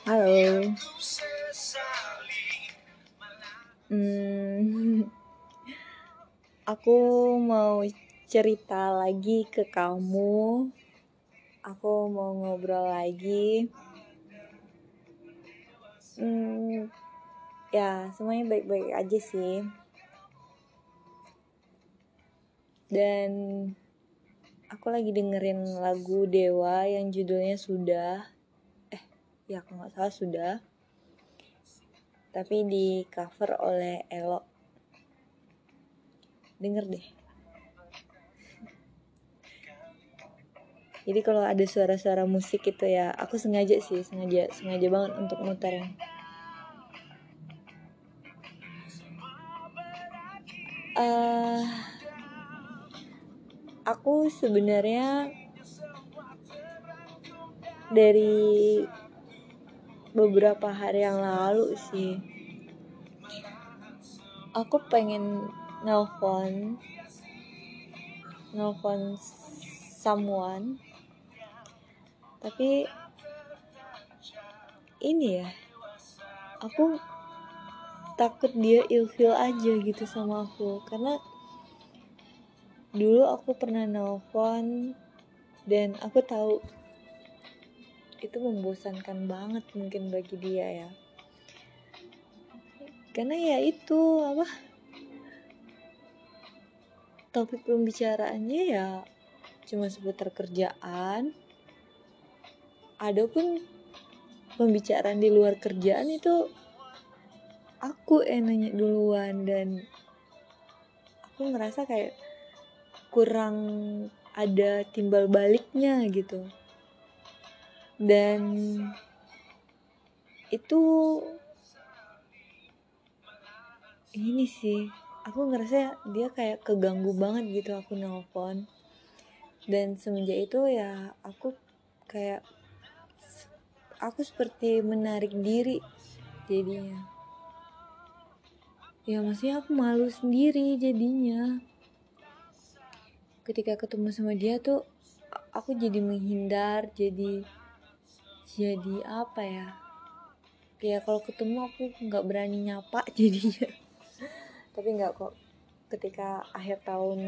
Halo. Aku mau cerita lagi ke kamu. Aku mau ngobrol lagi. Ya, semuanya baik-baik aja sih. Dan aku lagi dengerin lagu Dewa yang judulnya Sudah. Ya kalau nggak salah Sudah. Tapi di cover oleh Elo. Denger deh. Jadi kalau ada suara-suara musik itu ya, aku sengaja banget untuk muterin. Aku sebenarnya dari beberapa hari yang lalu sih, aku pengen nelpon someone, tapi ini ya, aku takut dia ilfeel aja gitu sama aku, karena dulu aku pernah nelpon dan aku tahu itu membosankan banget mungkin bagi dia ya, karena ya itu topik pembicaraannya ya cuma seputar kerjaan. Adapun pembicaraan di luar kerjaan itu aku yang nanya duluan, dan aku ngerasa kayak kurang ada timbal baliknya gitu. Dan itu ini sih, aku ngerasa dia kayak keganggu banget gitu aku nelpon. Dan semenjak itu ya aku seperti menarik diri jadinya. Ya maksudnya aku malu sendiri jadinya. Ketika ketemu sama dia tuh aku jadi menghindar, jadi apa ya? Ya kalau ketemu aku nggak berani nyapa jadinya. Tapi nggak kok. Ketika akhir tahun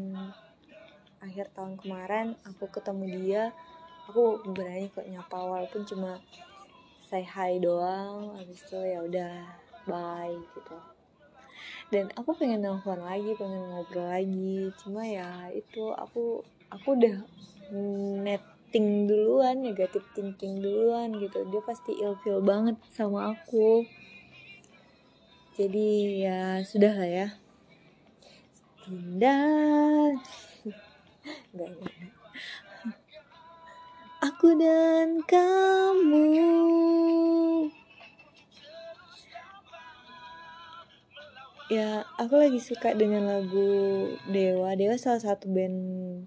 kemarin aku ketemu dia, aku berani kok nyapa walaupun cuma say hi doang. Habis itu ya udah bye gitu. Dan aku pengen nelfon lagi, pengen ngobrol lagi, cuma ya itu aku udah netting duluan, negatif thinking duluan gitu. Dia pasti ilfeel banget sama aku. Jadi ya sudah lah ya. Tidak. Enggak. Aku dan kamu. Ya, aku lagi suka dengan lagu Dewa. Dewa salah satu band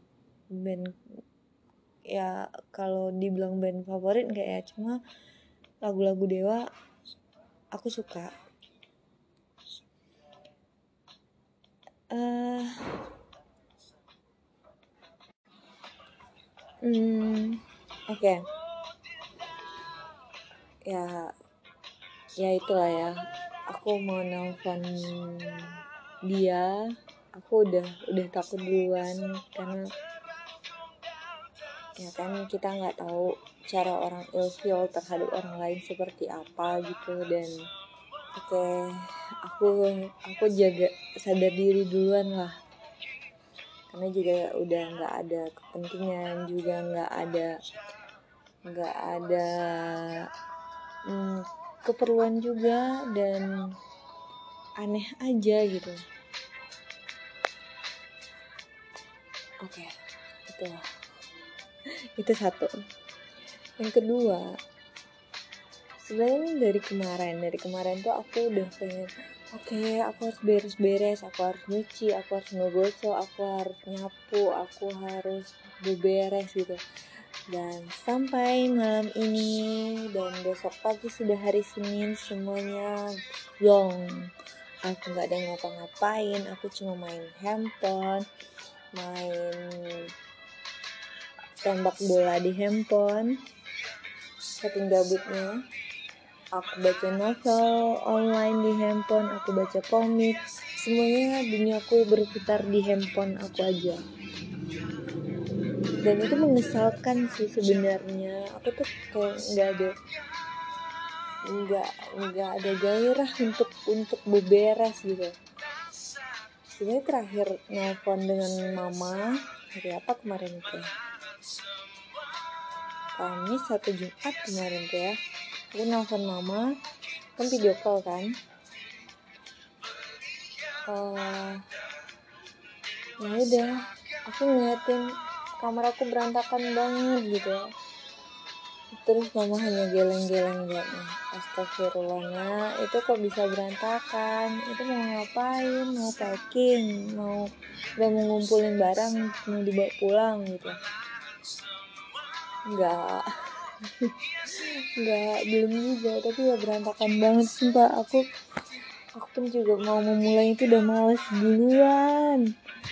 ya, kalau dibilang band favorit enggak ya, cuma lagu-lagu Dewa aku suka. Oke. Ya itulah ya. Aku mau nelfon dia. Aku udah takut duluan, karena ya kan kita nggak tahu cara orang ilfeel terhadap orang lain seperti apa gitu. Dan aku jaga sadar diri duluan lah, karena juga udah nggak ada kepentingan, juga nggak ada keperluan juga, dan aneh aja gitu. Oke, itu satu. Yang kedua, sebenarnya dari kemarin tuh aku udah pengen, aku harus beres-beres, aku harus nyuci, aku harus ngegosok, aku harus nyapu, aku harus beberes gitu. Dan sampai malam ini dan besok pagi sudah hari Senin, semuanya zonk. Aku gak ada ngapa-ngapain, aku cuma main handphone, main tembak bola di handphone, saking gabutnya. aku baca novel online di handphone, aku baca komik, semuanya duniaku berputar di handphone aku aja. Dan itu mengesalkan sih sebenarnya. Aku tuh kayak nggak ada gairah untuk beberes gitu. Sebenarnya terakhir nelpon dengan mama hari apa kemarin itu? Kamis atau Jumat kemarin tuh ya. Aku nelpon mama, kan video call kan. Ya udah, aku ngeliatin kamar aku berantakan banget gitu ya. Terus mama hanya geleng-geleng liatnya. Astagfirullah, itu kok bisa berantakan? Itu mau ngapain? Mau packing? Udah mau ngumpulin barang, mau dibawa pulang gitu? Enggak, belum juga. Tapi ya berantakan banget sumpah. Aku pun juga mau memulai itu udah males duluan.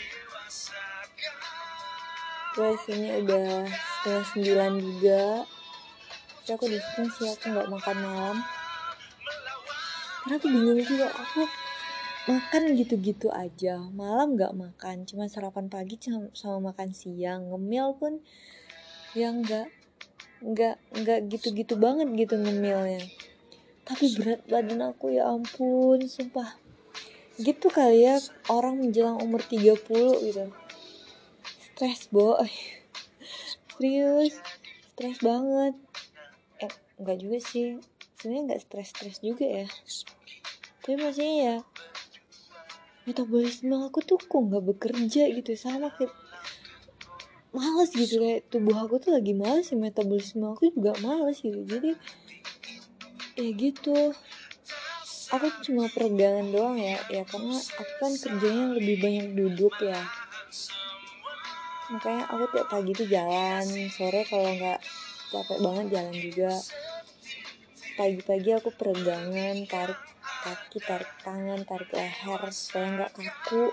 Guys, ini udah 8:30 juga. Terus aku disini sih, aku gak makan malam. Karena aku bingung juga, aku makan gitu-gitu aja, malam gak makan, cuma sarapan pagi sama makan siang, ngemil pun yang nggak gitu-gitu banget gitu ngemilnya. Tapi berat badan aku, ya ampun, sumpah. Gitu kali ya orang menjelang umur 30 gitu. Stres, boy. Serius, stres banget. Enggak juga sih, sebenarnya nggak stres juga ya, tapi maksudnya ya metabolisme aku tuh kok nggak bekerja gitu, sama kayak males gitu, kayak tubuh aku tuh lagi males ya, metabolisme aku juga males gitu. Jadi ya gitu, aku cuma peregangan doang ya karena aku kan kerjanya lebih banyak duduk ya, makanya aku tiap pagi tuh jalan, sore kalau nggak capek banget jalan juga. Pagi-pagi aku peregangan, tarik kaki, tarik tangan, tarik leher supaya nggak kaku.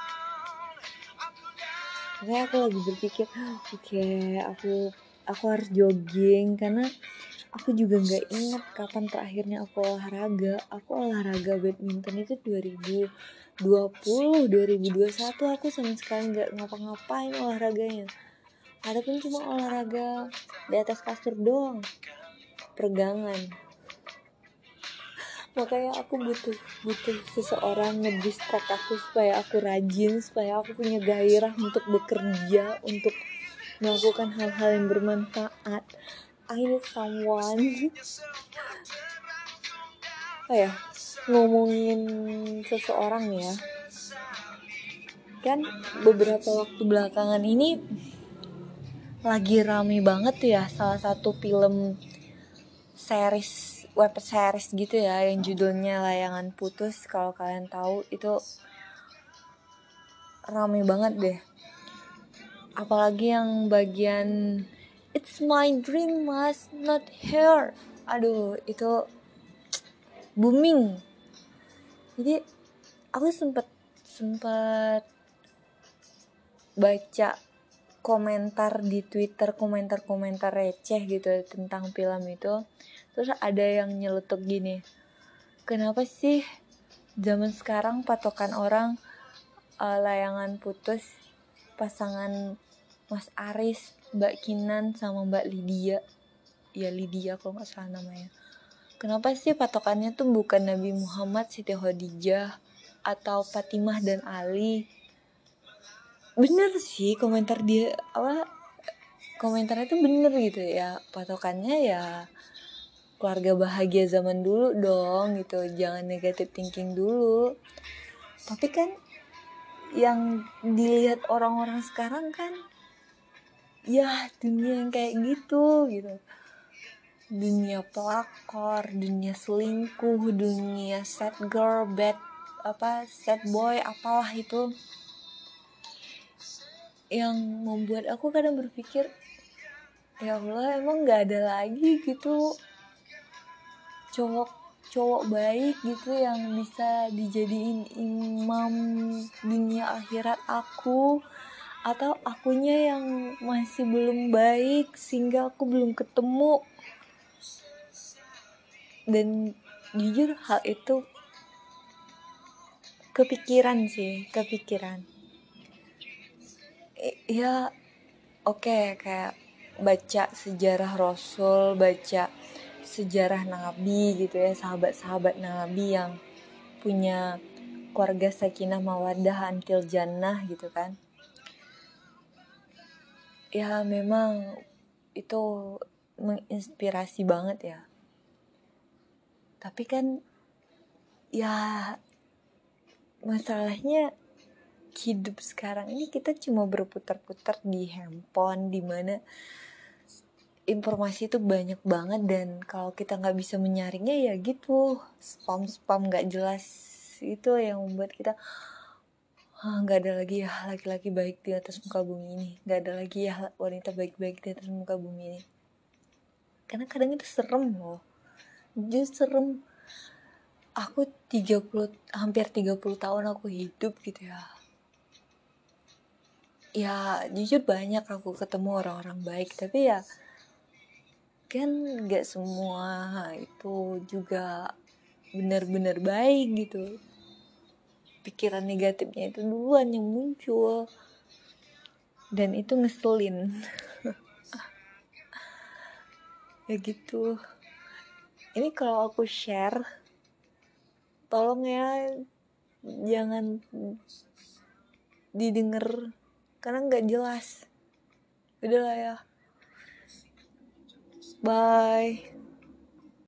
Makanya aku lagi berpikir, oke, aku harus jogging, karena aku juga nggak ingat kapan terakhirnya aku olahraga. Aku olahraga badminton itu 2020, 2021 aku sama sekali nggak ngapa-ngapain olahraganya. Adapun cuma olahraga di atas kasur doang, peregangan. Makanya aku butuh seseorang ngedistract aku supaya aku rajin, supaya aku punya gairah untuk bekerja, untuk melakukan hal-hal yang bermanfaat. I need someone. Ngomongin seseorang ya, kan beberapa waktu belakangan ini lagi rame banget ya salah satu film web series gitu ya, yang judulnya Layangan Putus. Kalau kalian tahu, itu rame banget deh. Apalagi yang bagian "It's my dream mas, not her." Aduh, itu booming. Jadi aku sempet baca komentar di Twitter, komentar receh gitu tentang film itu. Terus ada yang nyeletuk gini, kenapa sih zaman sekarang patokan orang Layangan Putus pasangan Mas Aris, Mbak Kinan sama Mbak Lydia, ya Lydia kalau nggak salah namanya. Kenapa sih patokannya tuh bukan Nabi Muhammad, Siti Khadijah, atau Fatimah dan Ali? Bener sih komentarnya tuh bener gitu ya, patokannya ya keluarga bahagia zaman dulu dong gitu, jangan negative thinking dulu. Tapi kan yang dilihat orang-orang sekarang kan ya dunia yang kayak gitu, dunia pelakor, dunia selingkuh, dunia sad girl, sad boy, apalah itu, yang membuat aku kadang berpikir, ya Allah, emang nggak ada lagi gitu cowok baik gitu yang bisa dijadiin imam dunia akhirat aku, atau akunya yang masih belum baik sehingga aku belum ketemu. Dan jujur hal itu kepikiran ya. Oke, kayak baca sejarah Rasul, baca sejarah Nabi gitu ya, sahabat-sahabat Nabi yang punya keluarga sakinah mawaddah antil jannah gitu kan. Ya memang itu menginspirasi banget ya. Tapi kan ya masalahnya hidup sekarang ini kita cuma berputar-putar di handphone, dimana informasi itu banyak banget, dan kalau kita nggak bisa menyaringnya ya gitu, spam nggak jelas itu yang membuat kita nggak ada lagi ya laki-laki baik di atas muka bumi ini, nggak ada lagi ya wanita baik-baik di atas muka bumi ini. Karena kadang itu serem loh, justru serem. Aku hampir 30 tahun aku hidup gitu ya. Ya jujur banyak aku ketemu orang-orang baik, tapi ya kan gak semua itu juga benar-benar baik gitu. Pikiran negatifnya itu duluan yang muncul, dan itu ngeselin. Ya gitu. Ini kalau aku share, tolong ya jangan didengar karena nggak jelas. Udah lah ya, bye.